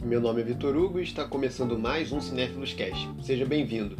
Meu nome é Vitor Hugo e está começando mais um Cinéfilos Cast. Seja bem-vindo.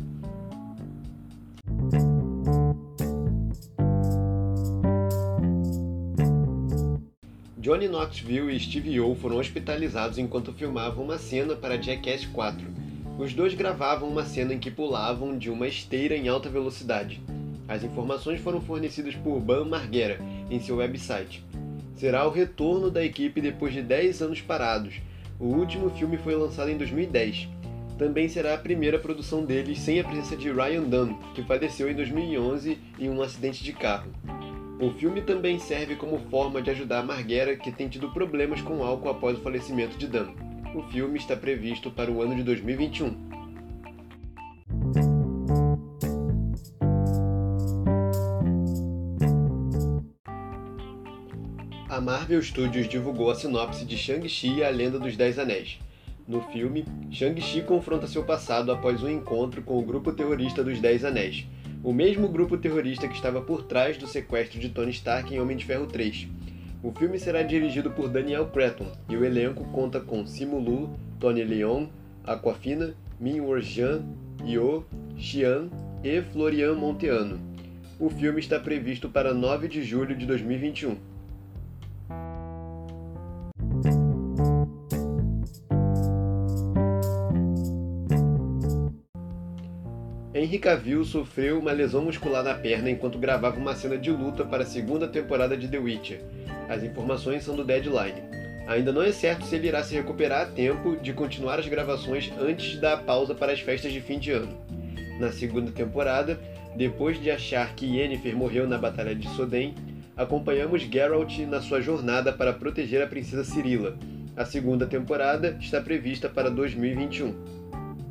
Johnny Knoxville e Steve Yeun foram hospitalizados enquanto filmavam uma cena para Jackass 4. Os dois gravavam uma cena em que pulavam de uma esteira em alta velocidade. As informações foram fornecidas por Bam Margera em seu website. Será o retorno da equipe depois de 10 anos parados. O último filme foi lançado em 2010. Também será a primeira produção deles sem a presença de Ryan Dunn, que faleceu em 2011 em um acidente de carro. O filme também serve como forma de ajudar Margera, que tem tido problemas com álcool após o falecimento de Dunn. O filme está previsto para o ano de 2021. A Marvel Studios divulgou a sinopse de Shang-Chi e a Lenda dos Dez Anéis. No filme, Shang-Chi confronta seu passado após um encontro com o grupo terrorista dos Dez Anéis, o mesmo grupo terrorista que estava por trás do sequestro de Tony Stark em Homem de Ferro 3. O filme será dirigido por Daniel Cretton e o elenco conta com Simu Liu, Tony Leung, Awkwafina, Min-Woo Jung, Yeon Xian e Florian Monteano. O filme está previsto para 9 de julho de 2021. Henry Cavill sofreu uma lesão muscular na perna enquanto gravava uma cena de luta para a segunda temporada de The Witcher. As informações são do Deadline. Ainda não é certo se ele irá se recuperar a tempo de continuar as gravações antes da pausa para as festas de fim de ano. Na segunda temporada, depois de achar que Yennefer morreu na Batalha de Soden, acompanhamos Geralt na sua jornada para proteger a princesa Cirilla. A segunda temporada está prevista para 2021.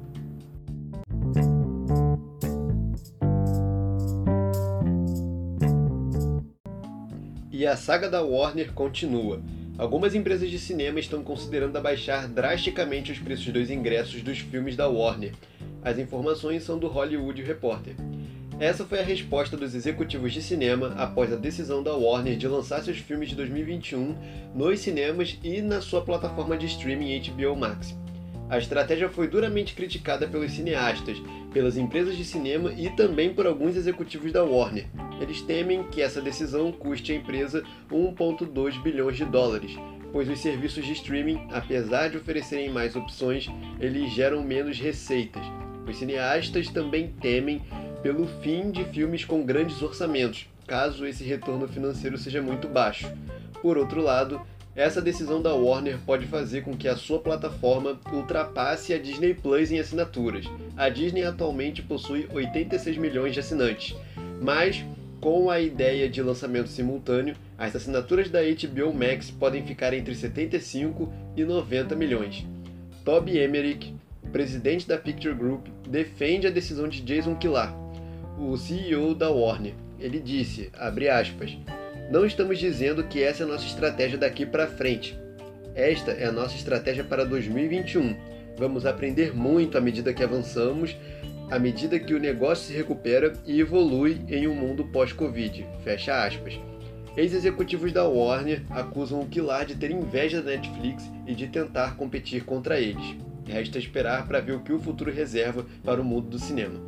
E a saga da Warner continua. Algumas empresas de cinema estão considerando abaixar drasticamente os preços dos ingressos dos filmes da Warner. As informações são do Hollywood Reporter. Essa foi a resposta dos executivos de cinema após a decisão da Warner de lançar seus filmes de 2021 nos cinemas e na sua plataforma de streaming HBO Max. A estratégia foi duramente criticada pelos cineastas, pelas empresas de cinema e também por alguns executivos da Warner. Eles temem que essa decisão custe à empresa 1,2 bilhões de dólares, pois os serviços de streaming, apesar de oferecerem mais opções, eles geram menos receitas. Os cineastas também temem pelo fim de filmes com grandes orçamentos, caso esse retorno financeiro seja muito baixo. Por outro lado, essa decisão da Warner pode fazer com que a sua plataforma ultrapasse a Disney Plus em assinaturas. A Disney atualmente possui 86 milhões de assinantes, mas com a ideia de lançamento simultâneo, as assinaturas da HBO Max podem ficar entre 75 e 90 milhões. Toby Emmerich, presidente da Picture Group, defende a decisão de Jason Kilar, o CEO da Warner. Ele disse, abre aspas, "Não estamos dizendo que essa é a nossa estratégia daqui para frente. Esta é a nossa estratégia para 2021. Vamos aprender muito à medida que avançamos, à medida que o negócio se recupera e evolui em um mundo pós-Covid." Fecha aspas. Ex-executivos da Warner acusam o Kilar de ter inveja da Netflix e de tentar competir contra eles. Resta esperar para ver o que o futuro reserva para o mundo do cinema.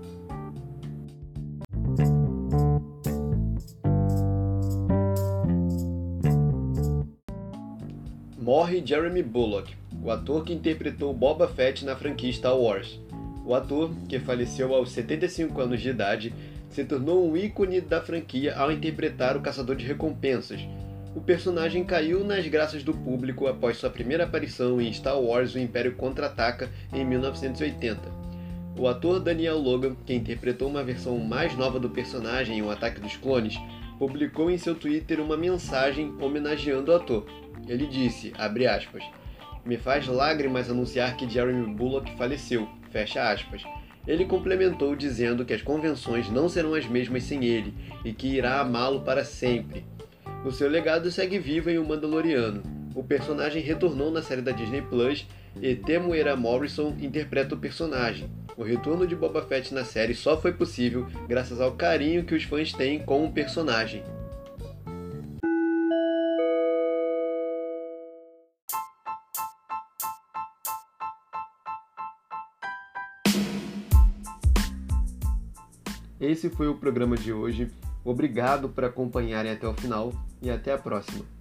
Morre Jeremy Bullock, o ator que interpretou Boba Fett na franquia Star Wars. O ator, que faleceu aos 75 anos de idade, se tornou um ícone da franquia ao interpretar o Caçador de Recompensas. O personagem caiu nas graças do público após sua primeira aparição em Star Wars O Império Contra-Ataca em 1980. O ator Daniel Logan, que interpretou uma versão mais nova do personagem em O Ataque dos Clones, publicou em seu Twitter uma mensagem homenageando o ator. Ele disse, abre aspas, "Me faz lágrimas anunciar que Jeremy Bullock faleceu", fecha aspas. Ele complementou dizendo que as convenções não serão as mesmas sem ele e que irá amá-lo para sempre. O seu legado segue vivo em O Mandaloriano. O personagem retornou na série da Disney Plus e Temuera Morrison interpreta o personagem. O retorno de Boba Fett na série só foi possível graças ao carinho que os fãs têm com o personagem. Esse foi o programa de hoje. Obrigado por acompanharem até o final e até a próxima.